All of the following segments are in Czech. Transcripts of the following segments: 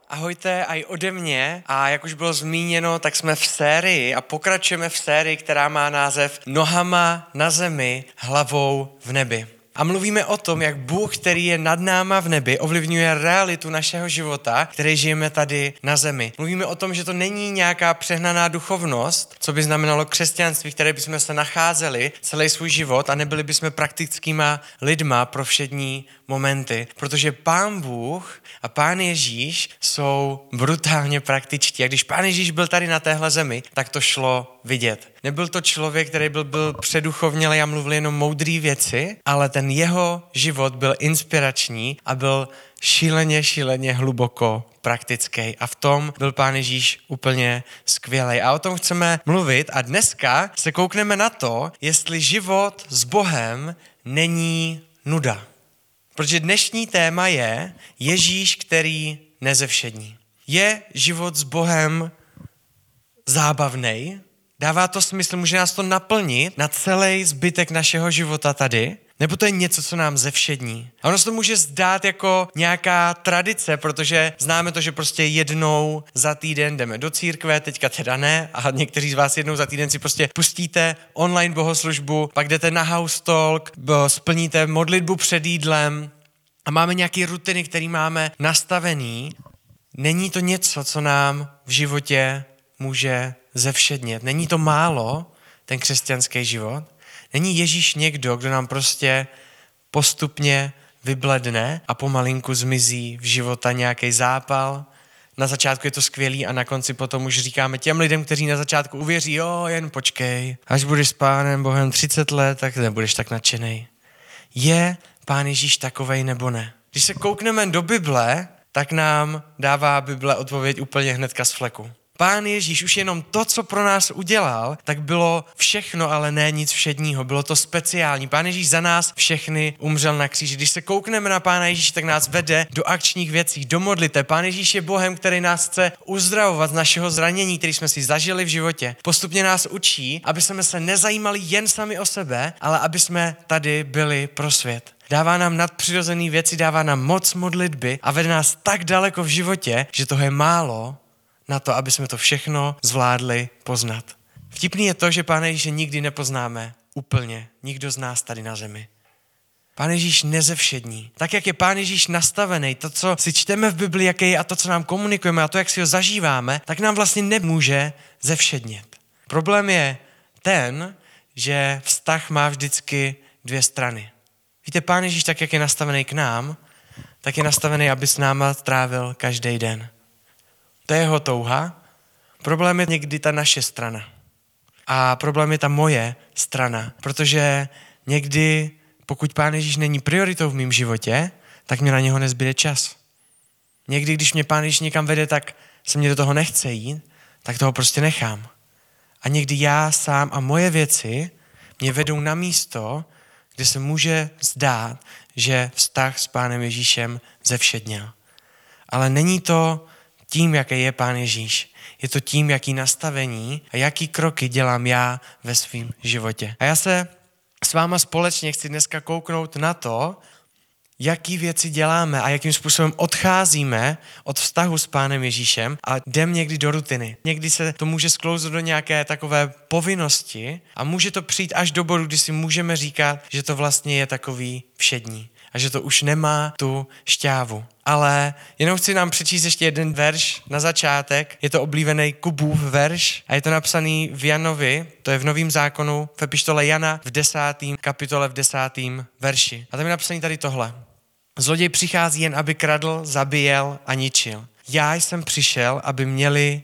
Ahojte aj ode mě a jak už bylo zmíněno, tak jsme v sérii a pokračujeme v sérii, která má název Nohama na zemi, hlavou v nebi. A mluvíme o tom, jak Bůh, který je nad náma v nebi, ovlivňuje realitu našeho života, který žijeme tady na zemi. Mluvíme o tom, že to není nějaká přehnaná duchovnost, co by znamenalo křesťanství, které bychom se nacházeli celý svůj život a nebyli bychom praktickýma lidma pro všední momenty. Protože Pán Bůh a Pán Ježíš jsou brutálně praktičtí. A když Pán Ježíš byl tady na téhle zemi, tak to šlo vidět. Nebyl to člověk, který byl předuchovnělej a mluvil jenom moudrý věci, ale ten jeho život byl inspirační a byl šíleně hluboko praktický. A v tom byl Pán Ježíš úplně skvělej. A o tom chceme mluvit a dneska se koukneme na to, jestli život s Bohem není nuda. Protože dnešní téma je Ježíš, který nezevšední. Je život s Bohem zábavnej? Dává to smysl, může nás to naplnit na celý zbytek našeho života tady? Nebo to je něco, co nám zevšední? A ono se to může zdát jako nějaká tradice, protože známe to, že prostě jednou za týden jdeme do církve, teďka teda ne, a někteří z vás jednou za týden si prostě pustíte online bohoslužbu, pak jdete na house talk, splníte modlitbu před jídlem a máme nějaké rutiny, které máme nastavený. Není to něco, co nám v životě může zevšednit. Není to málo, ten křesťanský život. Není Ježíš někdo, kdo nám prostě postupně vybledne a pomalinku zmizí v života nějaký zápal. Na začátku je to skvělý a na konci potom už říkáme těm lidem, kteří na začátku uvěří, jen počkej, až budeš s Pánem Bohem 30 let, tak nebudeš tak nadšenej. Je Pán Ježíš takovej nebo ne? Když se koukneme do Bible, tak nám dává Bible odpověď úplně hnedka z fleku. Pán Ježíš už jenom to, co pro nás udělal, tak bylo všechno, ale ne nic všedního. Bylo to speciální. Pán Ježíš za nás všechny umřel na kříži. Když se koukneme na Pána Ježíše, tak nás vede do akčních věcí, do modliteb. Pán Ježíš je Bohem, který nás chce uzdravovat z našeho zranění, který jsme si zažili v životě. Postupně nás učí, aby jsme se nezajímali jen sami o sebe, ale aby jsme tady byli pro svět. Dává nám nadpřirozené věci, dává nám moc modlitby a vede nás tak daleko v životě, že toho je málo na to, aby jsme to všechno zvládli poznat. Vtipný je to, že Pána Ježíše nikdy nepoznáme úplně. Nikdo z nás tady na zemi. Pán Ježíš nezevšední. Tak, jak je Pán Ježíš nastavený, to, co si čteme v Bibli, jaký je a to, co nám komunikujeme a to, jak si ho zažíváme, tak nám vlastně nemůže zevšednit. Problém je ten, že vztah má vždycky dvě strany. Víte, Pán Ježíš, tak, jak je nastavený k nám, tak je nastavený, aby s náma trávil každý den. To je jeho touha. Problém je někdy ta naše strana. A problém je ta moje strana. Protože někdy, pokud Pán Ježíš není prioritou v mém životě, tak mě na něho nezbyde čas. Někdy, když mě Pán Ježíš někam vede, tak se mě do toho nechce jít, tak toho prostě nechám. A někdy já sám a moje věci mě vedou na místo, kde se může zdát, že vztah s Pánem Ježíšem zevšedněl. Ale není to tím, jaký je Pán Ježíš. Je to tím, jaký nastavení a jaký kroky dělám já ve svém životě. A já se s váma společně chci dneska kouknout na to, jaký věci děláme a jakým způsobem odcházíme od vztahu s Pánem Ježíšem a jdeme někdy do rutiny. Někdy se to může sklouznout do nějaké takové povinnosti a může to přijít až do bodu, kdy si můžeme říkat, že to vlastně je takový všední a že to už nemá tu šťávu. Ale jenom chci nám přečíst ještě jeden verš na začátek. Je to oblíbený Kubův verš a je to napsaný v Janovi, to je v Novém zákonu, v epištole Jana v 10. kapitole v 10. verši. A tam je napsaný tady tohle. Zloděj přichází jen, aby kradl, zabíjel a ničil. Já jsem přišel, aby měli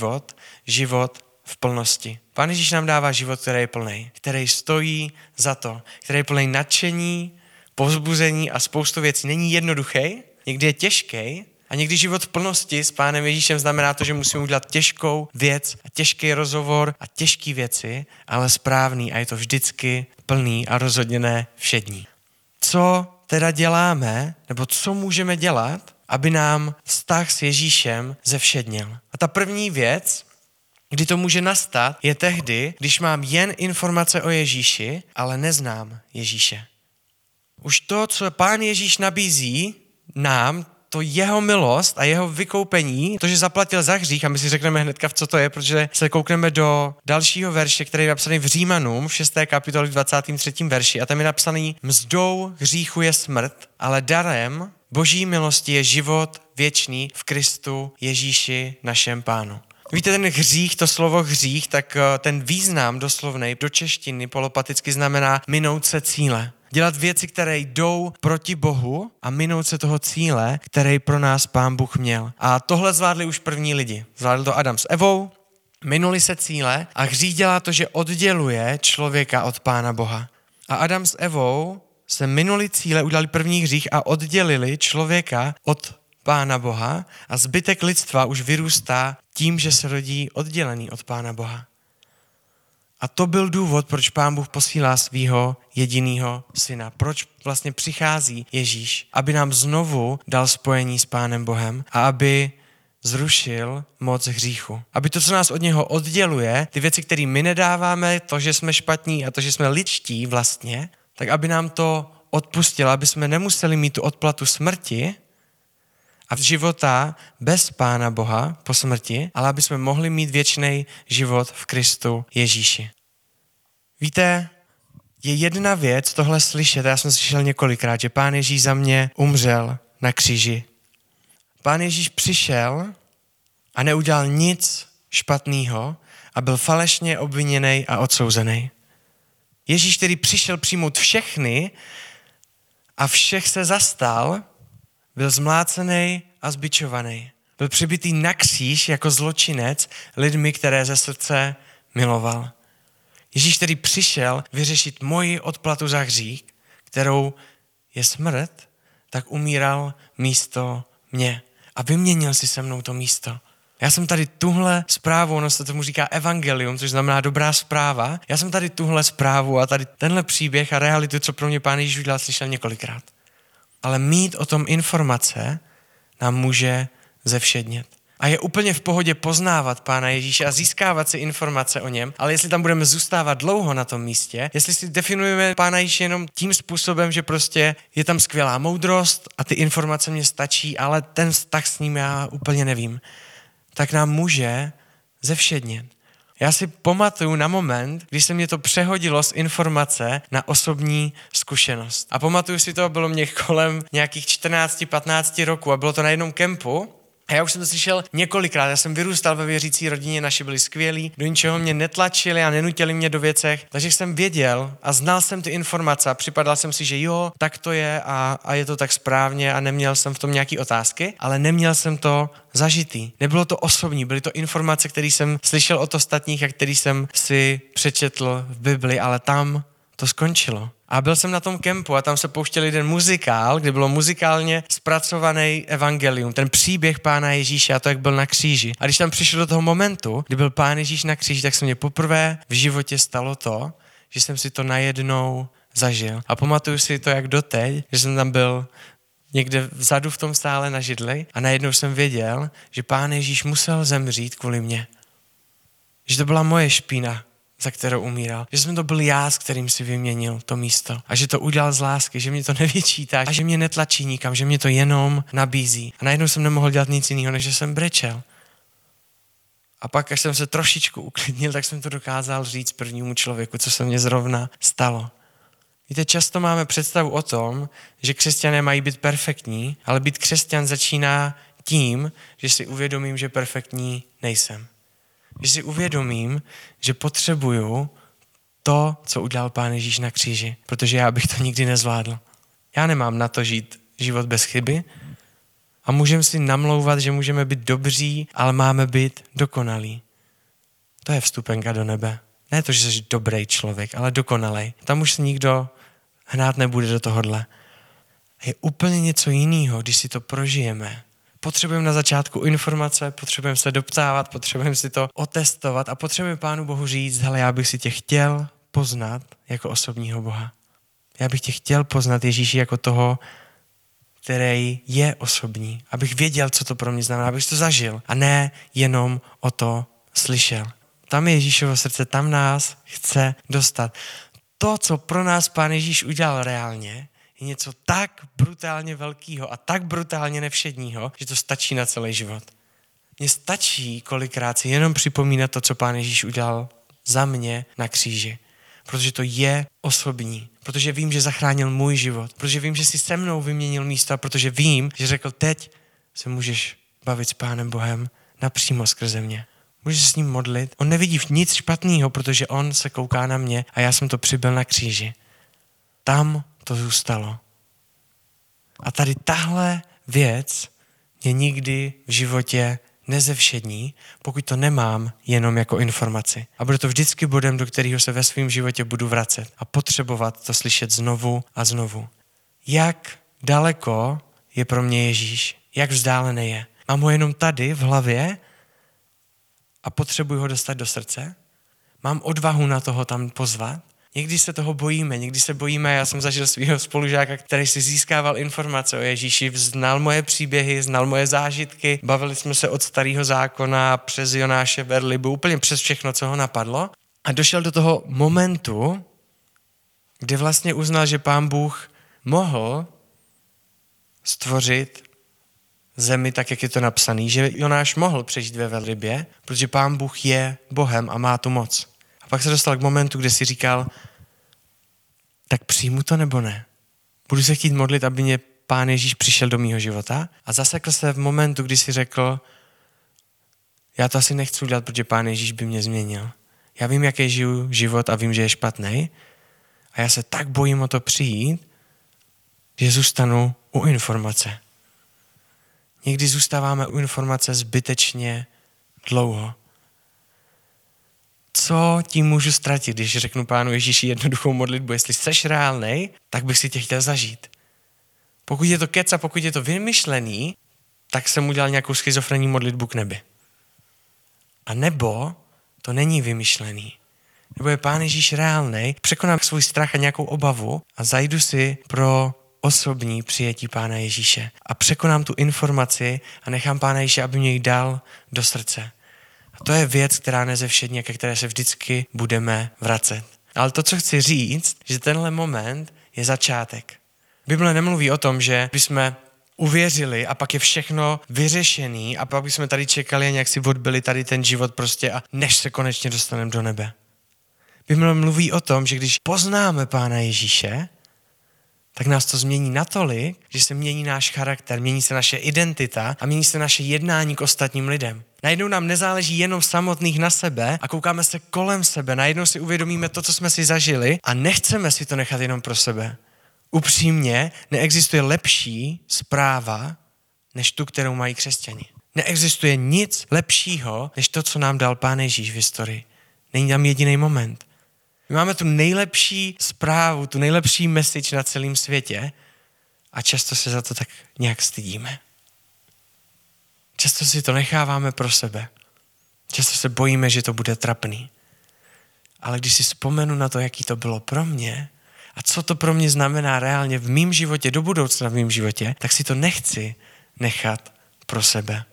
život v plnosti. Pán Ježíš nám dává život, který je plný, který stojí za to, který je plný nadšení, povzbuzení a spoustu věcí. Není jednoduchý, někdy je těžký a někdy život v plnosti s Pánem Ježíšem znamená to, že musíme udělat těžkou věc a těžký rozhovor a těžké věci, ale správný a je to vždycky plný a rozhodně ne všední. Co teda děláme, nebo co můžeme dělat, aby nám vztah s Ježíšem zevšednil? A ta první věc, kdy to může nastat, je tehdy, když mám jen informace o Ježíši, ale neznám Ježíše. Už to, co Pán Ježíš nabízí nám, to jeho milost a jeho vykoupení, to, že zaplatil za hřích, a my si řekneme hnedka, co to je, protože se koukneme do dalšího verše, který je napsaný v Římanům, v 6. kapitole 23. verši, a tam je napsaný: mzdou hříchu je smrt, ale darem Boží milosti je život věčný v Kristu Ježíši našem Pánu. Víte, ten hřích, to slovo hřích, tak ten význam doslovnej do češtiny polopaticky znamená minout se cíle. Dělat věci, které jdou proti Bohu a minout se toho cíle, který pro nás Pán Bůh měl. A tohle zvládli už první lidi. Zvládl to Adam s Evou, minuli se cíle a hřích dělá to, že odděluje člověka od Pána Boha. A Adam s Evou se minuli cíle, udělali první hřích a oddělili člověka od Pána Boha a zbytek lidstva už vyrůstá tím, že se rodí oddělený od Pána Boha. A to byl důvod, proč Pán Bůh posílá svého jedinýho syna. Proč vlastně přichází Ježíš, aby nám znovu dal spojení s Pánem Bohem a aby zrušil moc hříchu. Aby to, co nás od něho odděluje, ty věci, které my nedáváme, to, že jsme špatní a to, že jsme lidští vlastně, tak aby nám to odpustil, aby jsme nemuseli mít tu odplatu smrti a života bez Pána Boha po smrti, ale aby jsme mohli mít věčný život v Kristu Ježíši. Víte, je jedna věc tohle slyšet, já jsem slyšel několikrát, že Pán Ježíš za mě umřel na kříži. Pán Ježíš přišel a neudělal nic špatného a byl falešně obviněný a odsouzený. Ježíš, který přišel přijmout všechny a všech se zastal, byl zmlácený a zbičovaný. Byl přibitý na kříž jako zločinec lidmi, které ze srdce miloval. Ježíš, který přišel vyřešit moji odplatu za hřích, kterou je smrt, tak umíral místo mě. A vyměnil si se mnou to místo. Já jsem tady tuhle zprávu, ono se tomu říká evangelium, což znamená dobrá zpráva. Já jsem tady tuhle zprávu a tady tenhle příběh a realitu, co pro mě Pán Ježíš udělal, slyšel několikrát. Ale mít o tom informace nám může zevšednět. A je úplně v pohodě poznávat Pána Ježíše a získávat si informace o něm, ale jestli tam budeme zůstávat dlouho na tom místě, jestli si definujeme Pána Ježíše jenom tím způsobem, že prostě je tam skvělá moudrost a ty informace mě stačí, ale ten vztah s ním já úplně nevím, tak nám může zevšednět. Já si pamatuju na moment, když se mě to přehodilo z informace na osobní zkušenost. A pamatuju si to, bylo mě kolem nějakých 14-15 roků a bylo to na jednom kempu. A já už jsem to slyšel několikrát, já jsem vyrůstal ve věřící rodině, naši byli skvělí, do ničeho mě netlačili a nenutili mě do věcech, takže jsem věděl a znal jsem ty informace a připadal jsem si, že jo, tak to je a je to tak správně a neměl jsem v tom nějaký otázky, ale neměl jsem to zažitý. Nebylo to osobní, byly to informace, které jsem slyšel od ostatních a které jsem si přečetl v Bibli, ale tam to skončilo. A byl jsem na tom kempu a tam se pouštěl jeden muzikál, kde bylo muzikálně zpracovaný evangelium, ten příběh Pána Ježíše a to, jak byl na kříži. A když tam přišel do toho momentu, kdy byl Pán Ježíš na kříži, tak se mě poprvé v životě stalo to, že jsem si to najednou zažil. A pamatuju si to jak doteď, že jsem tam byl někde vzadu v tom sále na židli a najednou jsem věděl, že Pán Ježíš musel zemřít kvůli mně. Že to byla moje špína, za kterou umíral. Že jsem to byl já, s kterým si vyměnil to místo. A že to udělal z lásky, že mě to nevyčítá a že mě netlačí nikam, že mě to jenom nabízí. A najednou jsem nemohl dělat nic jiného, než že jsem brečel. A pak, až jsem se trošičku uklidnil, tak jsem to dokázal říct prvnímu člověku, co se mně zrovna stalo. Víte, často máme představu o tom, že křesťané mají být perfektní, ale být křesťan začíná tím, že si uvědomím, že perfektní nejsem. Že si uvědomím, že potřebuju to, co udělal Pán Ježíš na kříži, protože já bych to nikdy nezvládl. Já nemám na to žít život bez chyby a můžeme si namlouvat, že můžeme být dobří, ale máme být dokonalí. To je vstupenka do nebe. Ne to, že jsi dobrý člověk, ale dokonalej. Tam už se nikdo hnát nebude do tohohle. Je úplně něco jiného, když si to prožijeme. Potřebujeme na začátku informace, potřebujeme se doptávat, potřebujeme si to otestovat a potřebujeme Pánu Bohu říct, hele, já bych si tě chtěl poznat jako osobního Boha. Já bych tě chtěl poznat, Ježíši, jako toho, který je osobní. Abych věděl, co to pro mě znamená, abych to zažil a ne jenom o to slyšel. Tam je Ježíšovo srdce, tam nás chce dostat. To, co pro nás Pán Ježíš udělal reálně, je něco tak brutálně velkého a tak brutálně nevšedního, že to stačí na celý život. Mně stačí kolikrát si jenom připomínat to, co Pán Ježíš udělal za mě na kříži. Protože to je osobní. Protože vím, že zachránil můj život. Protože vím, že si se mnou vyměnil místo. Protože vím, že řekl, teď se můžeš bavit s Pánem Bohem napřímo skrze mě. Můžeš se s ním modlit. On nevidí nic špatného, protože on se kouká na mě a já jsem to přibyl na kříži. Tam to zůstalo. A tady tahle věc mě nikdy v životě nezevšední, pokud to nemám jenom jako informaci. A bude to vždycky bodem, do kterého se ve svém životě budu vracet a potřebovat to slyšet znovu a znovu. Jak daleko je pro mě Ježíš? Jak vzdálený je? Mám ho jenom tady v hlavě a potřebuji ho dostat do srdce? Mám odvahu na toho tam pozvat? Někdy se toho bojíme, někdy se bojíme, já jsem zažil svého spolužáka, který si získával informace o Ježíši, znal moje příběhy, znal moje zážitky, bavili jsme se od Starého zákona přes Jonáše, Berlibu, úplně přes všechno, co ho napadlo. A došel do toho momentu, kdy vlastně uznal, že Pán Bůh mohl stvořit zemi tak, jak je to napsaný, že Jonáš mohl přežít ve velrybě, protože Pán Bůh je Bohem a má tu moc. A pak se dostal k momentu, kde si říkal, tak přijmu to nebo ne? Budu se chtít modlit, aby mě Pán Ježíš přišel do mýho života? A zasekl se v momentu, kdy si řekl, já to asi nechci udělat, protože Pán Ježíš by mě změnil. Já vím, jaký žiju život a vím, že je špatný. A já se tak bojím o to přijít, že zůstanu u informace. Někdy zůstáváme u informace zbytečně dlouho. Co tím můžu ztratit, když řeknu Pánu Ježíši jednoduchou modlitbu? Jestli seš reálnej, tak bych si tě chtěl zažít. Pokud je to kec a pokud je to vymyšlený, tak jsem udělal nějakou schizofrenní modlitbu k nebi. A nebo to není vymyšlený. Nebo je Pán Ježíš reálnej, překonám svůj strach a nějakou obavu a zajdu si pro osobní přijetí Pána Ježíše. A překonám tu informaci a nechám Pána Ježíše, aby mě ji dal do srdce. A to je věc, která nezevšedně, ke které se vždycky budeme vracet. Ale to, co chci říct, že tenhle moment je začátek. Bible nemluví o tom, že bychom uvěřili a pak je všechno vyřešený a pak bychom tady čekali a nějak si odbyli tady ten život prostě a než se konečně dostaneme do nebe. Bible mluví o tom, že když poznáme Pána Ježíše, tak nás to změní natolik, že se mění náš charakter, mění se naše identita a mění se naše jednání k ostatním lidem. Najednou nám nezáleží jenom samotných na sebe a koukáme se kolem sebe. Najednou si uvědomíme to, co jsme si zažili a nechceme si to nechat jenom pro sebe. Upřímně, neexistuje lepší zpráva, než tu, kterou mají křesťani. Neexistuje nic lepšího, než to, co nám dal Pán Ježíš v historii. Není tam jediný moment. My máme tu nejlepší zprávu, tu nejlepší message na celém světě a často se za to tak nějak stydíme. Často si to necháváme pro sebe. Často se bojíme, že to bude trapný. Ale když si vzpomenu na to, jaký to bylo pro mě a co to pro mě znamená reálně v mém životě, do budoucna v mém životě, tak si to nechci nechat pro sebe.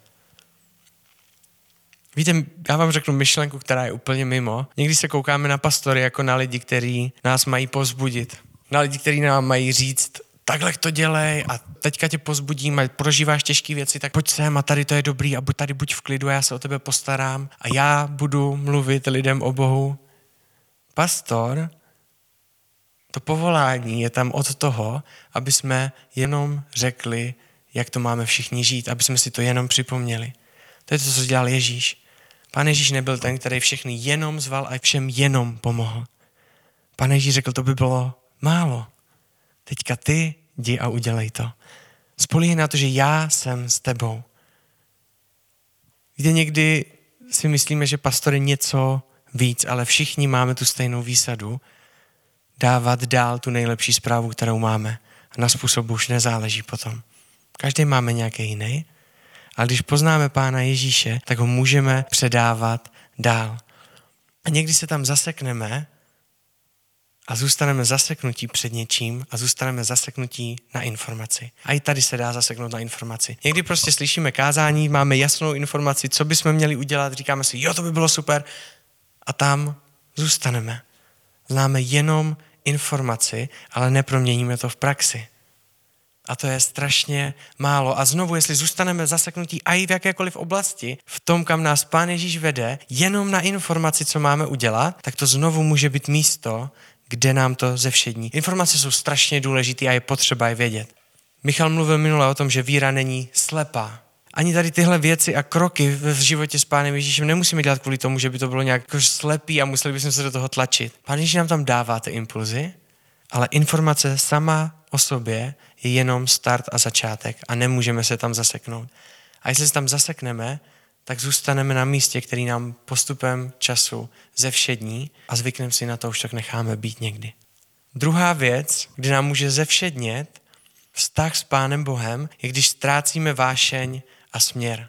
Víte, já vám řeknu myšlenku, která je úplně mimo. Někdy se koukáme na pastory jako na lidi, kteří nás mají povzbudit. Na lidi, kteří nám mají říct, takhle to dělej a teďka tě povzbudím a prožíváš těžké věci, tak pojď sem a tady to je dobrý a tady buď v klidu a já se o tebe postarám a já budu mluvit lidem o Bohu. Pastor, to povolání je tam od toho, aby jsme jenom řekli, jak to máme všichni žít, aby jsme si to jenom připomněli. To je to, co dělal Ježíš. Pán Ježíš nebyl ten, který všechny jenom zval a všem jenom pomohl. Pán Ježíš řekl, to by bylo málo. Teďka ty jdi a udělej to. Spolíhej na to, že já jsem s tebou. Víte, někdy si myslíme, že pastor je něco víc, ale všichni máme tu stejnou výsadu dávat dál tu nejlepší zprávu, kterou máme. A na způsobu už nezáleží potom. Každý máme nějaký jiný. Ale když poznáme Pána Ježíše, tak ho můžeme předávat dál. A někdy se tam zasekneme a zůstaneme zaseknutí před něčím a zůstaneme zaseknutí na informaci. A i tady se dá zaseknout na informaci. Někdy prostě slyšíme kázání, máme jasnou informaci, co bychom měli udělat, říkáme si, jo, to by bylo super. A tam zůstaneme. Známe jenom informaci, ale neproměníme to v praxi. A to je strašně málo. A znovu, jestli zůstaneme zaseknutí i v jakékoliv oblasti, v tom, kam nás Pán Ježíš vede, jenom na informaci, co máme udělat, tak to znovu může být místo, kde nám to zevšední. Informace jsou strašně důležité a je potřeba je vědět. Michal mluvil minule o tom, že víra není slepá. Ani tady tyhle věci a kroky v životě s Pánem Ježíšem nemusíme dělat kvůli tomu, že by to bylo nějak slepý a museli bychom se do toho tlačit. Pán Ježíš nám tam dává ty impulzy, ale informace sama o sobě je jenom start a začátek a nemůžeme se tam zaseknout. A jestli se tam zasekneme, tak zůstaneme na místě, který nám postupem času zevšední a zvykneme si na to, už tak necháme být někdy. Druhá věc, kdy nám může zevšednět vztah s Pánem Bohem, je když ztrácíme vášeň a směr.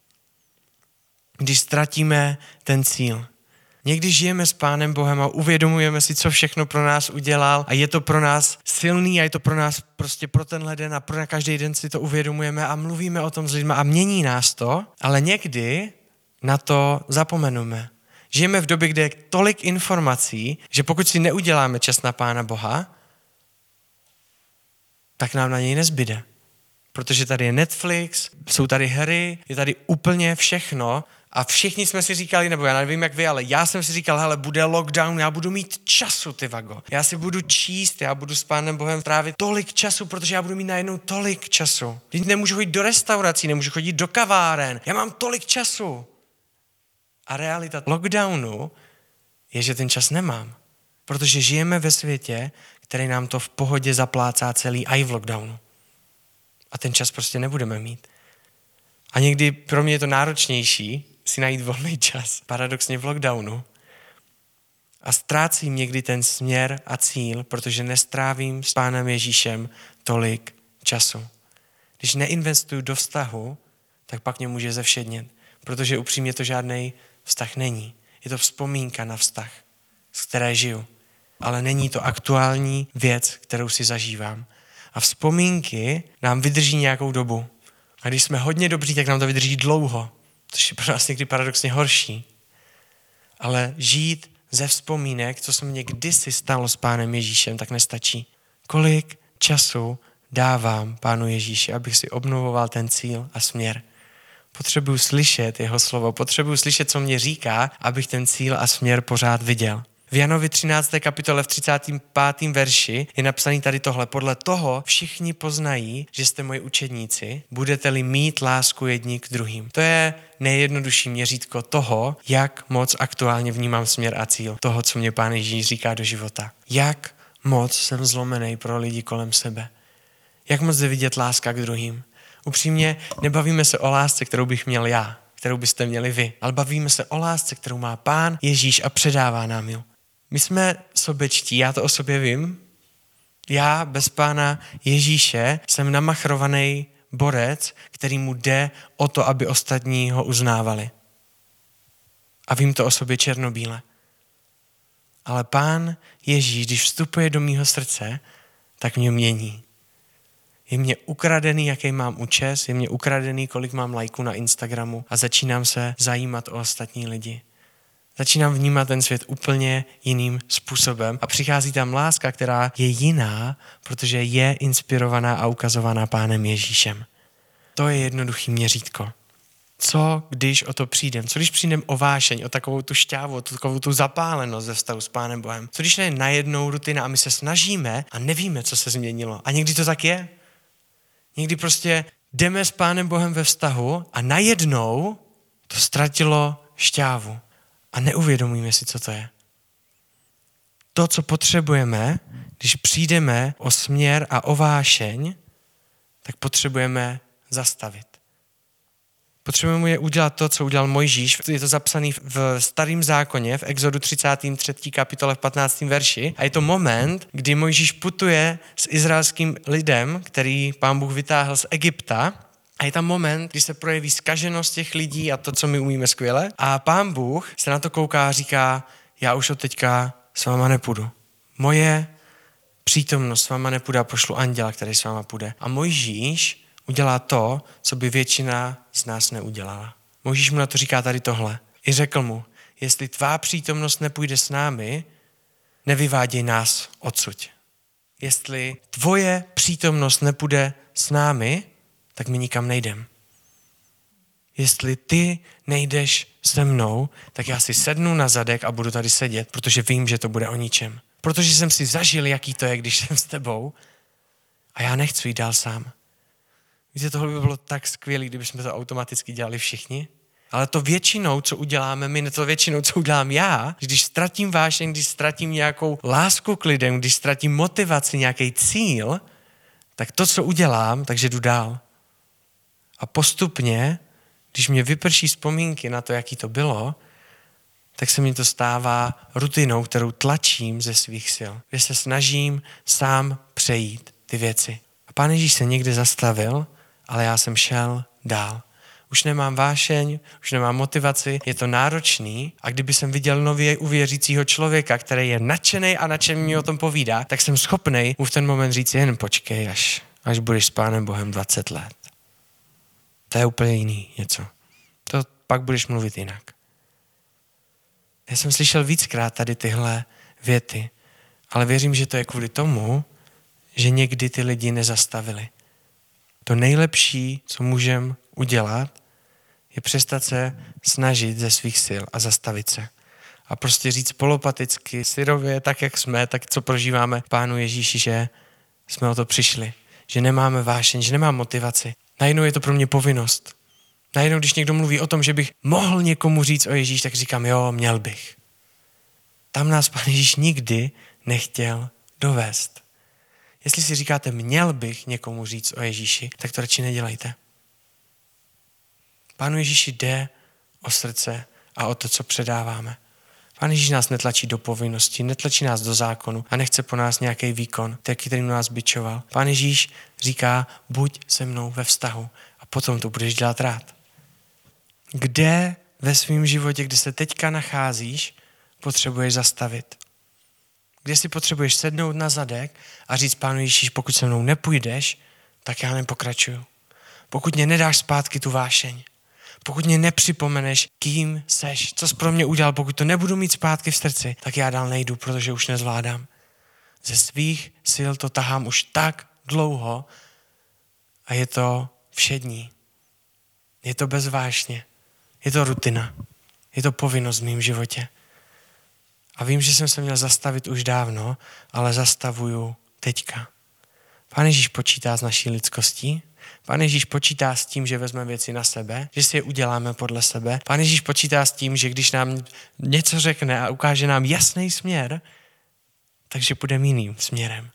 Když ztratíme ten cíl. Někdy žijeme s Pánem Bohem a uvědomujeme si, co všechno pro nás udělal a je to pro nás silný a je to pro nás prostě pro tenhle den a pro každý den si to uvědomujeme a mluvíme o tom s lidmi a mění nás to, ale někdy na to zapomeneme. Žijeme v době, kde je tolik informací, že pokud si neuděláme čas na Pána Boha, tak nám na něj nezbyde. Protože tady je Netflix, jsou tady hry, je tady úplně všechno a všichni jsme si říkali, nebo já nevím jak vy, ale já jsem si říkal, hele, bude lockdown, já budu mít času, ty vago. Já si budu číst, já budu s Pánem Bohem trávit tolik času, protože já budu mít najednou tolik času. Teď nemůžu chodit do restaurací, nemůžu chodit do kaváren, já mám tolik času. A realita lockdownu je, že ten čas nemám. Protože žijeme ve světě, který nám to v pohodě zaplácá celý i v lockdownu. A ten čas prostě nebudeme mít. A někdy pro mě je to náročnější si najít volný čas, paradoxně v lockdownu. A ztrácím někdy ten směr a cíl, protože nestrávím s Pánem Ježíšem tolik času. Když neinvestuju do vztahu, tak pak mě může zevšednět, protože upřímně to žádný vztah není. Je to vzpomínka na vztah, z které žiju. Ale není to aktuální věc, kterou si zažívám. A vzpomínky nám vydrží nějakou dobu. A když jsme hodně dobří, tak nám to vydrží dlouho, což je pro nás někdy paradoxně horší. Ale žít ze vzpomínek, co se mně kdysi stalo s Pánem Ježíšem, tak nestačí. Kolik času dávám Pánu Ježíši, abych si obnovoval ten cíl a směr. Potřebuju slyšet jeho slovo, potřebuju slyšet, co mě říká, abych ten cíl a směr pořád viděl. V Janovi 13. kapitole v 35. verši je napsaný tady tohle. Podle toho všichni poznají, že jste moji učedníci, budete-li mít lásku jedni k druhým. To je nejjednodušší měřítko toho, jak moc aktuálně vnímám směr a cíl toho, co mě Pán Ježíš říká do života. Jak moc jsem zlomený pro lidi kolem sebe. Jak moc jde vidět láska k druhým. Upřímně nebavíme se o lásce, kterou bych měl já, kterou byste měli vy, ale bavíme se o lásce, kterou má Pán Ježíš a předává nám ji. My jsme sobečtí, já to o sobě vím. Já bez Pána Ježíše jsem namachrovaný borec, který mu jde o to, aby ostatní ho uznávali. A vím to o sobě černobíle. Ale Pán Ježíš, když vstupuje do mýho srdce, tak mě mění. Je mě ukradený, jaký mám účes, je mě ukradený, kolik mám lajků na Instagramu a začínám se zajímat o ostatní lidi. Začínám vnímat ten svět úplně jiným způsobem a přichází tam láska, která je jiná, protože je inspirovaná a ukazovaná Pánem Ježíšem. To je jednoduchý měřítko. Co když o to přijdem? Co když přijdem o vášeň, o takovou tu šťávu, o takovou tu zapálenost ze vztahu s Pánem Bohem? Co když je najednou rutina a my se snažíme a nevíme, co se změnilo? A někdy to tak je. Někdy prostě jdeme s Pánem Bohem ve vztahu a najednou to ztratilo šťávu. A neuvědomíme si, co to je. To, co potřebujeme, když přijdeme o směr a o vášeň, tak potřebujeme zastavit. Potřebujeme udělat to, co udělal Mojžíš. Je to zapsané v Starém zákoně, v Exodu 33. kapitole v 15. verši. A je to moment, kdy Mojžíš putuje s izraelským lidem, který Pán Bůh vytáhl z Egypta. A je tam moment, kdy se projeví zkaženost těch lidí a to, co my umíme skvěle. A Pán Bůh se na to kouká a říká, já už od teďka s váma nepůjdu. Moje přítomnost s váma nepůjde a pošlu anděla, který s váma půjde. A Mojžíš udělá to, co by většina z nás neudělala. Mojžíš mu na to říká tady tohle. I řekl mu, jestli tvá přítomnost nepůjde s námi, nevyváděj nás odsud. jestli tvoje přítomnost nepůjde s námi, tak my nikam nejdem. Jestli ty nejdeš se mnou, tak já si sednu na zadek a budu tady sedět, protože vím, že to bude o ničem. Protože jsem si zažil, jaký to je, když jsem s tebou a já nechci jít dál sám. Víte, tohle by bylo tak skvělé, kdybychom to automaticky dělali všichni. Ale to většinou, co uděláme my, to většinou, co udělám já, když ztratím vášeň, když ztratím nějakou lásku k lidem, když ztratím motivaci, nějaký cíl, tak to, co udělám, takže jdu dál. A postupně, když mě vyprší vzpomínky na to, jaký to bylo, tak se mi to stává rutinou, kterou tlačím ze svých sil. Kde se snažím sám přejít ty věci. A Pán Ježíš se někde zastavil, ale já jsem šel dál. Už nemám vášeň, už nemám motivaci, je to náročný a kdyby jsem viděl nově uvěřícího člověka, který je nadšený a nadšený mi o tom povídá, tak jsem schopnej mu v ten moment říct jen počkej, až budeš s Pánem Bohem 20 let. To je úplně jiný něco. To pak budeš mluvit jinak. Já jsem slyšel víckrát tady tyhle věty, ale věřím, že to je kvůli tomu, že někdy ty lidi nezastavili. To nejlepší, co můžeme udělat, je přestat se snažit ze svých sil a zastavit se. A prostě říct polopaticky, syrově, tak jak jsme, tak co prožíváme Pánu Ježíši, že jsme o to přišli. Že nemáme vášeň, že nemáme motivaci. Najednou je to pro mě povinnost. Najednou, když někdo mluví o tom, že bych mohl někomu říct o Ježíš, tak říkám, jo, měl bych. Tam nás Pán Ježíš nikdy nechtěl dovést. Jestli si říkáte, měl bych někomu říct o Ježíši, tak to radši nedělejte. Pánu Ježíši jde o srdce a o to, co předáváme. Pán Ježíš nás netlačí do povinnosti, netlačí nás do zákonu a nechce po nás nějaký výkon, který nás bičoval. Pán Ježíš říká, buď se mnou ve vztahu a potom to budeš dělat rád. Kde ve svém životě, kde se teďka nacházíš, potřebuješ zastavit? Kde si potřebuješ sednout na zadek a říct Pánu Ježíš, pokud se mnou nepůjdeš, tak já nepokračuju. Pokud mě nedáš zpátky tu vášeň, pokud mě nepřipomeneš, kým seš, co jsi pro mě udělal, pokud to nebudu mít zpátky v srdci, tak já dál nejdu, protože už nezvládám. Ze svých sil to tahám už tak dlouho a je to všední. Je to bezvášně. Je to rutina. Je to povinnost v mém životě. A vím, že jsem se měl zastavit už dávno, ale zastavuju teďka. Pán Ježíš počítá s naší lidskostí. Pán Ježíš počítá s tím, že vezmeme věci na sebe, že si je uděláme podle sebe. Pán Ježíš počítá s tím, že když nám něco řekne a ukáže nám jasný směr, takže půjdeme jiným směrem.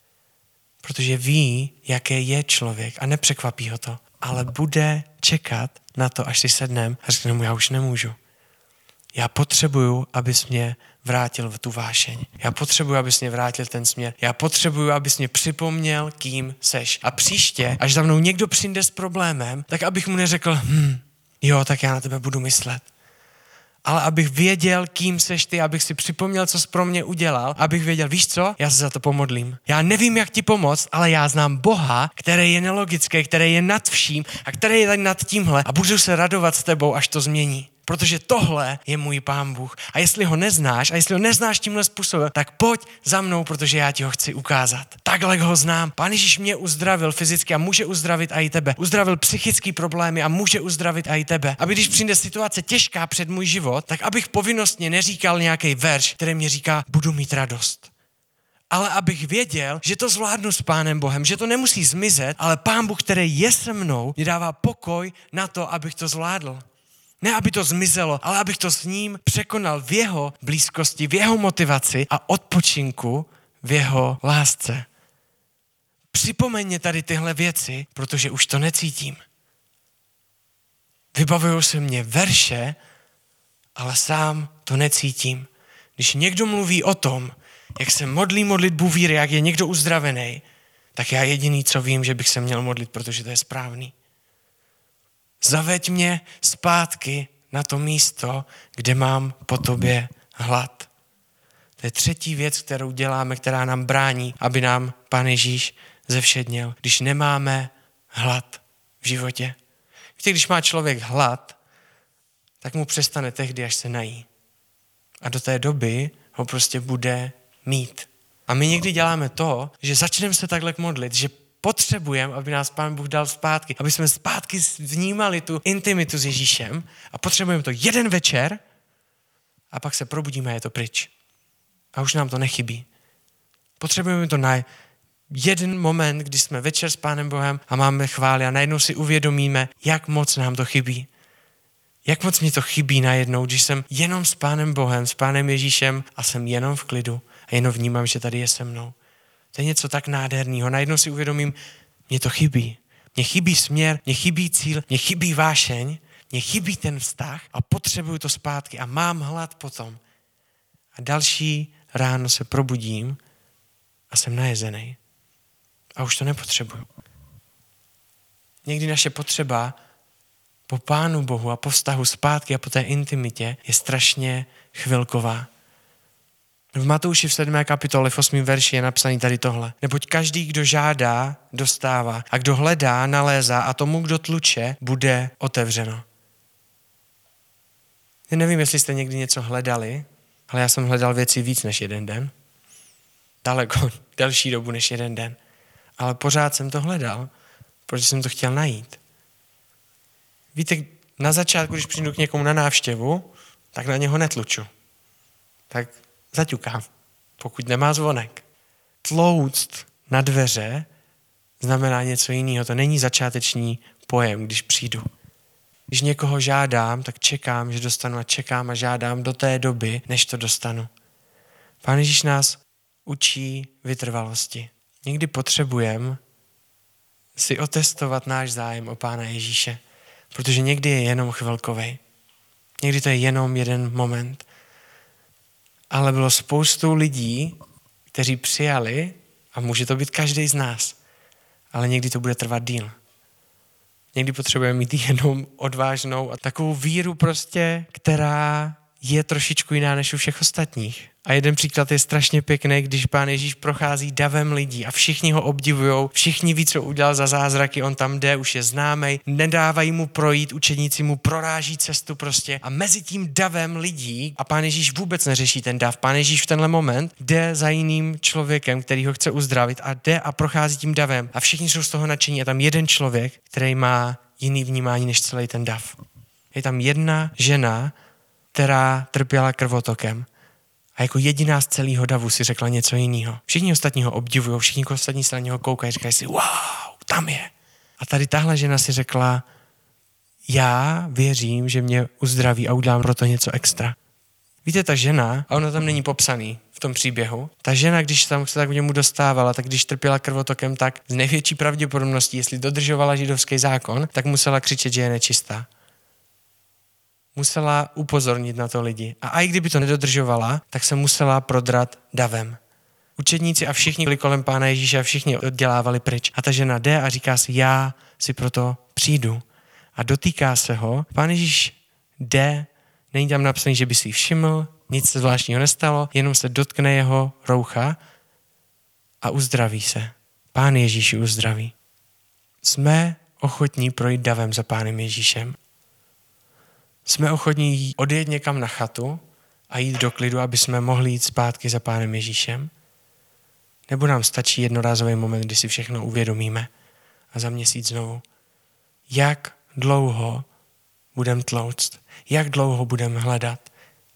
Protože ví, jaký je člověk a nepřekvapí ho to, ale bude čekat na to, až si sednem a řekne mu, já už nemůžu. Já potřebuju, abys mě vrátil v tu vášeň. Já potřebuju, abys mě vrátil ten směr. Já potřebuju, abys mě připomněl, kým seš. A příště, až za mnou někdo přijde s problémem, tak abych mu neřekl, jo, tak já na tebe budu myslet. Ale abych věděl, kým seš ty, abych si připomněl, co jsi pro mě udělal, abych věděl, víš co, já se za to pomodlím. Já nevím, jak ti pomoct, ale já znám Boha, který je nelogický, který je nad vším a který je tady nad tímhle a budu se radovat s tebou, až to změní. Protože tohle je můj Pán Bůh. A jestli ho neznáš tímhle způsobem, tak pojď za mnou, protože já ti ho chci ukázat. Takhle ho znám. Pán Ježíš mě uzdravil fyzicky a může uzdravit i tebe. Uzdravil psychické problémy a může uzdravit i tebe. Aby když přijde situace těžká před můj život, tak abych povinnostně neříkal nějaký verš, který mě říká, budu mít radost. Ale abych věděl, že to zvládnu s Pánem Bohem, že to nemusí zmizet, ale Pán Bůh, který je se mnou, mě dává pokoj na to, abych to zvládl. Ne, aby to zmizelo, ale abych to s ním překonal v jeho blízkosti, v jeho motivaci a odpočinku v jeho lásce. Připomeň mě tady tyhle věci, protože už to necítím. Vybavují se mě verše, ale sám to necítím. Když někdo mluví o tom, jak se modlí modlitbu víry, jak je někdo uzdravený, tak já jediný, co vím, že bych se měl modlit, protože to je správný. Zaveď mě zpátky na to místo, kde mám po tobě hlad. To je třetí věc, kterou děláme, která nám brání, aby nám Pán Ježíš zevšedněl, když nemáme hlad v životě. Víte, když má člověk hlad, tak mu přestane tehdy, až se nají. A do té doby ho prostě bude mít. A my někdy děláme to, že začneme se takhle modlit, že potřebujeme, aby nás Pán Bůh dal zpátky, aby jsme zpátky vnímali tu intimitu s Ježíšem a potřebujeme to jeden večer a pak se probudíme a je to pryč. A už nám to nechybí. Potřebujeme to na jeden moment, kdy jsme večer s Pánem Bohem a máme chvály a najednou si uvědomíme, jak moc nám to chybí. Jak moc mi to chybí najednou, když jsem jenom s Pánem Bohem, s Pánem Ježíšem a jsem jenom v klidu a jenom vnímám, že tady je se mnou. To je něco tak nádherného. Najednou si uvědomím, mě to chybí. Mně chybí směr, mně chybí cíl, mně chybí vášeň, mně chybí ten vztah a potřebuju to zpátky a mám hlad potom. A další ráno se probudím a jsem najezený. A už to nepotřebuju. Někdy naše potřeba po Pánu Bohu a po vztahu zpátky a po té intimitě je strašně chvilková. V Matouši v 7. kapitole v 8. verši je napsaný tady tohle. Neboť každý, kdo žádá, dostává a kdo hledá, nalézá a tomu, kdo tluče, bude otevřeno. Já nevím, jestli jste někdy něco hledali, ale já jsem hledal věci víc než jeden den. Daleko, delší dobu než jeden den. Ale pořád jsem to hledal, protože jsem to chtěl najít. Víte, na začátku, když přijdu k někomu na návštěvu, tak na něho netluču. Tak zaťukám, pokud nemá zvonek. Tlouct na dveře znamená něco jiného. To není začáteční pojem, když přijdu. Když někoho žádám, tak čekám, že dostanu a čekám a žádám do té doby, než to dostanu. Pán Ježíš nás učí vytrvalosti. Někdy potřebujeme si otestovat náš zájem o Pána Ježíše, protože někdy je jenom chvilkovej. Někdy to je jenom jeden moment. Ale bylo spoustu lidí, kteří přijali, a může to být každý z nás, ale někdy to bude trvat díl. Někdy potřebujeme mít jenom odvážnou a takovou víru prostě, která je trošičku jiná než u všech ostatních. A jeden příklad je strašně pěkný, když Pán Ježíš prochází davem lidí a všichni ho obdivujou, všichni ví, co udělal za zázraky, on tam jde, už je známej, nedávají mu projít, učeníci mu proráží cestu prostě a mezi tím davem lidí a Pán Ježíš vůbec neřeší ten dav. Pán Ježíš v tenhle moment jde za jiným člověkem, který ho chce uzdravit a jde a prochází tím davem a všichni jsou z toho nadšení a tam jeden člověk, který má jiný vnímání než celý ten dav. Je tam jedna žena, která trpěla krvotokem. A jako jediná z celého davu si řekla něco jiného. Všichni ostatní ho obdivují, všichni ostatní se na něho koukají, říkají si, wow, tam je. A tady tahle žena si řekla, já věřím, že mě uzdraví a udělám pro to něco extra. Víte, ta žena, a ono tam není popsaný v tom příběhu, ta žena, když tam se tak k němu dostávala, tak když trpěla krvotokem, tak z největší pravděpodobností, jestli dodržovala židovský zákon, tak musela křičet, že je nečistá. Musela upozornit na to lidi. A i kdyby to nedodržovala, tak se musela prodrat davem. Učedníci a všichni byli kolem Pána Ježíše a všichni oddělávali pryč. A ta žena jde a říká si, já si proto přijdu. A dotýká se ho. Pán Ježíš jde, není tam napsaný, že by si ji všiml, nic se zvláštního nestalo, jenom se dotkne jeho roucha a uzdraví se. Pán Ježíš ji uzdraví. Jsme ochotní projít davem za Pánem Ježíšem. Jsme ochotní odjet někam na chatu a jít do klidu, aby jsme mohli jít zpátky za Pánem Ježíšem? Nebo nám stačí jednorázový moment, kdy si všechno uvědomíme a za měsíc znovu? Jak dlouho budeme tlouct? Jak dlouho budeme hledat?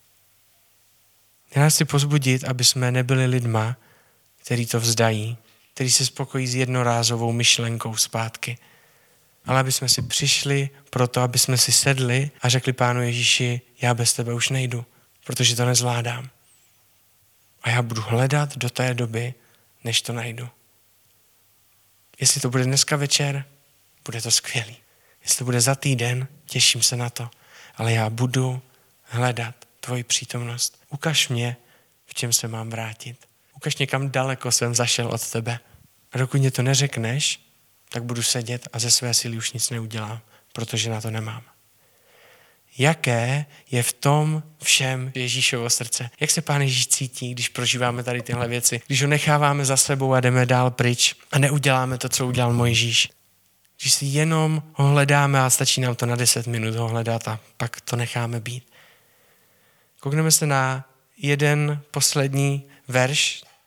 Já nás chci pozbudit, aby jsme nebyli lidma, kteří to vzdají, kteří se spokojí s jednorázovou myšlenkou zpátky. Ale aby jsme si přišli proto, aby jsme si sedli a řekli Pánu Ježíši, já bez tebe už nejdu, protože to nezvládám. A já budu hledat do té doby, než to najdu. Jestli to bude dneska večer, bude to skvělý. Jestli to bude za týden, těším se na to. Ale já budu hledat tvoji přítomnost. Ukaž mě, v čem se mám vrátit. Ukaž mě, kam daleko jsem zašel od tebe. A dokud mě to neřekneš, tak budu sedět a ze své síly už nic neudělám, protože na to nemám. Jaké je v tom všem Ježíšovo srdce? Jak se Pán Ježíš cítí, když prožíváme tady tyhle věci? Když ho necháváme za sebou a jdeme dál pryč a neuděláme to, co udělal Mojžíš. Když si jenom ho hledáme a stačí nám to na 10 minut ho hledat a pak to necháme být. Koukneme se na jeden poslední verš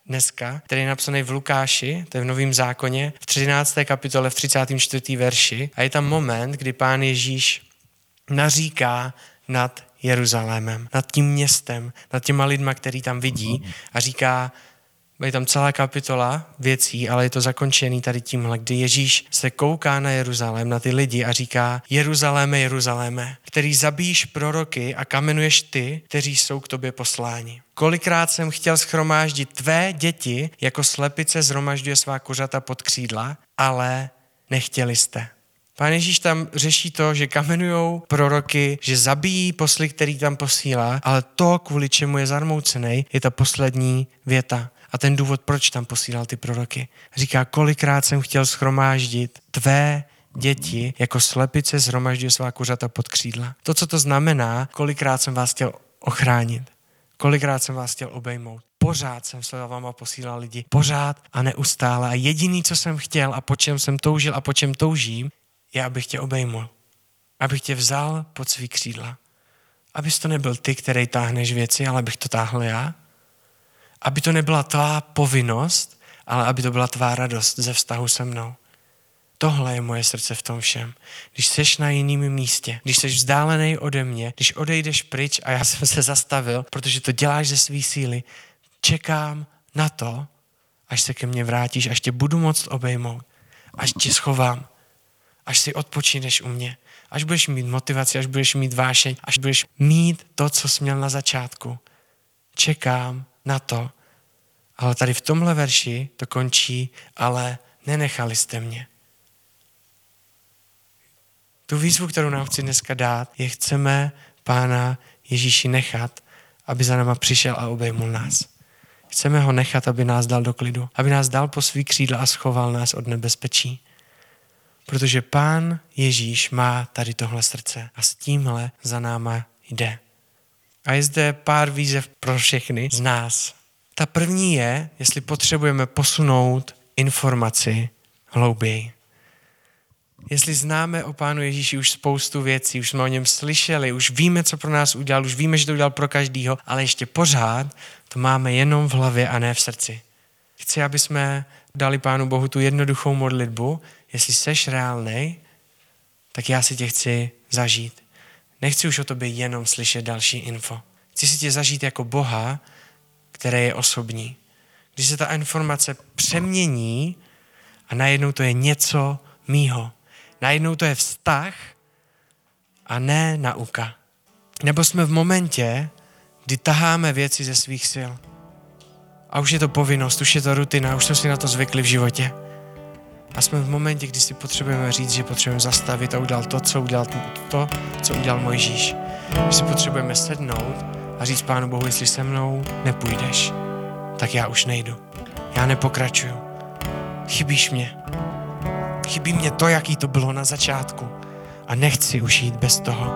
dneska, který je napsaný v Lukáši, to je v Novém zákoně, v 13. kapitole, v 34. verši. A je tam moment, kdy Pán Ježíš naříká nad Jeruzalémem, nad tím městem, nad těma lidma, který tam vidí a říká, je tam celá kapitola věcí, ale je to zakončený tady tímhle, kdy Ježíš se kouká na Jeruzalém, na ty lidi a říká: Jeruzaléme, Jeruzaléme, který zabíjíš proroky a kamenuješ ty, kteří jsou k tobě posláni. Kolikrát jsem chtěl shromáždit tvé děti, jako slepice shromažďuje svá kuřata pod křídla, ale nechtěli jste. Pán Ježíš tam řeší to, že kamenujou proroky, že zabíjí posly, který tam posílá, ale to, kvůli čemu je zarmoucený, je ta poslední věta. A ten důvod, proč tam posílal ty proroky. Říká, kolikrát jsem chtěl shromáždit tvé děti, jako slepice shromažďuje svá kuřata pod křídla. To, co to znamená, kolikrát jsem vás chtěl ochránit, kolikrát jsem vás chtěl obejmout. Pořád jsem se za váma posílal lidi, pořád a neustále. A jediný, co jsem chtěl a po čem jsem toužil a po čem toužím, je, abych tě obejmul. Abych tě vzal pod svý křídla. Abys to nebyl ty, který táhneš věci, ale abych to táhl já. Aby to nebyla tvá povinnost, ale aby to byla tvá radost ze vztahu se mnou. Tohle je moje srdce v tom všem. Když seš na jiném místě, když seš vzdálený ode mě, když odejdeš pryč a já jsem se zastavil, protože to děláš ze svý síly, čekám na to, až se ke mně vrátíš, až tě budu moct obejmout, až tě schovám, až si odpočíneš u mě, až budeš mít motivaci, až budeš mít vášeň, až budeš mít to, co jsi měl na začátku. Čekám na to, ale tady v tomhle verši to končí, ale nenechali jste mě. Tu výzvu, kterou nám chci dneska dát, je chceme Pána Ježíši nechat, aby za náma přišel a obejmul nás. Chceme ho nechat, aby nás dal do klidu, aby nás dal po svý křídla a schoval nás od nebezpečí. Protože Pán Ježíš má tady tohle srdce a s tímhle za náma jde. A je zde pár výzev pro všechny z nás. Ta první je, jestli potřebujeme posunout informaci hlouběji. Jestli známe o Pánu Ježíši už spoustu věcí, už jsme o něm slyšeli, už víme, co pro nás udělal, už víme, že to udělal pro každýho, ale ještě pořád to máme jenom v hlavě a ne v srdci. Chci, aby jsme dali Pánu Bohu tu jednoduchou modlitbu. Jestli seš reálnej, tak já si tě chci zažít. Nechci už o tobě jenom slyšet další info. Chci si tě zažít jako Boha, který je osobní. Když se ta informace přemění a najednou to je něco mýho. Najednou to je vztah a ne nauka. Nebo jsme v momentě, kdy taháme věci ze svých sil. A už je to povinnost, už je to rutina, už jsme si na to zvykli v životě. A jsme v momentě, kdy si potřebujeme říct, že potřebujeme zastavit a udělat to, co udělal Mojžíš. Že si potřebujeme sednout a říct Pánu Bohu, jestli se mnou nepůjdeš, tak já už nejdu. Já nepokračuju. Chybíš mě. Chybí mě to, jaký to bylo na začátku. A nechci už jít bez toho.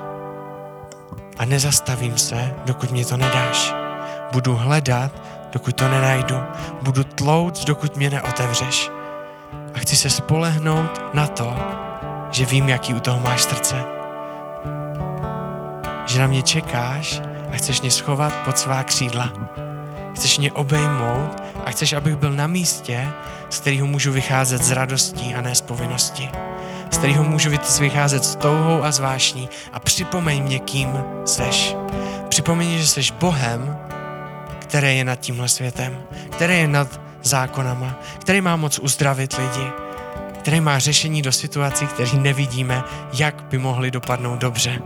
A nezastavím se, dokud mě to nedáš. Budu hledat, dokud to nenajdu. Budu tlouct, dokud mě neotevřeš. A chci se spolehnout na to, že vím, jaký u toho máš srdce. Že na mě čekáš a chceš mě schovat pod svá křídla. Chceš mě obejmout a chceš, abych byl na místě, z kterého můžu vycházet z radostí a ne z povinnosti. Z kterého můžu vycházet s touhou a s vášní a připomeň mě, kým seš. Připomeň, že seš Bohem, který je nad tímhle světem, který je nad zákonama, který má moc uzdravit lidi, který má řešení do situací, které nevidíme, jak by mohly dopadnout dobře.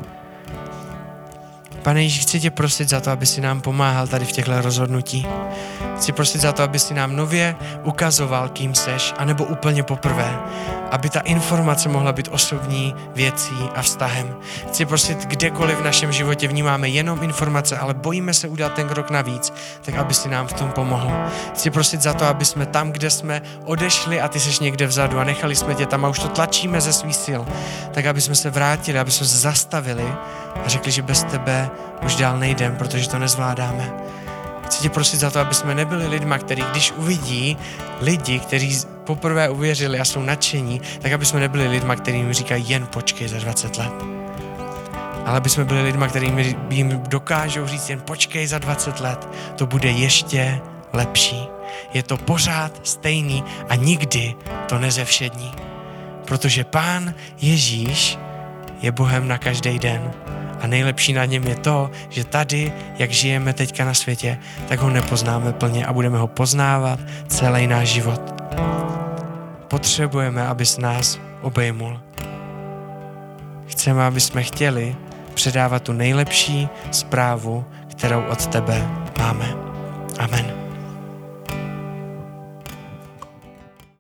Pane Ježíš, chci tě prosit za to, aby si nám pomáhal tady v těchto rozhodnutí. Chci prosit za to, aby si nám nově ukazoval, kým seš, anebo úplně poprvé, aby ta informace mohla být osobní věcí a vztahem. Chci prosit, kdekoliv v našem životě vnímáme jenom informace, ale bojíme se udělat ten krok navíc, tak aby si nám v tom pomohl. Chci prosit za to, aby jsme tam, kde jsme odešli a ty seš někde vzadu a nechali jsme tě tam a už to tlačíme ze svých sil, tak aby jsme se vrátili, aby jsme se zastavili a řekli, že bez tebe už dál nejdem, protože to nezvládáme. Chci tě prosit za to, aby jsme nebyli lidma, kteří když uvidí lidi, kteří poprvé uvěřili a jsou nadšení, tak aby jsme nebyli lidma, kterým říkají jen počkej za 20 let. Ale aby jsme byli lidma, kterým jim dokážou říct jen počkej za 20 let, to bude ještě lepší. je to pořád stejný a nikdy to nezevšední. Protože Pán Ježíš je Bohem na každý den. A nejlepší na něm je to, že tady, jak žijeme teďka na světě, tak ho nepoznáme plně a budeme ho poznávat celý náš život. Potřebujeme, abys nás obejmul. Chceme, aby jsme chtěli předávat tu nejlepší zprávu, kterou od tebe máme. Amen.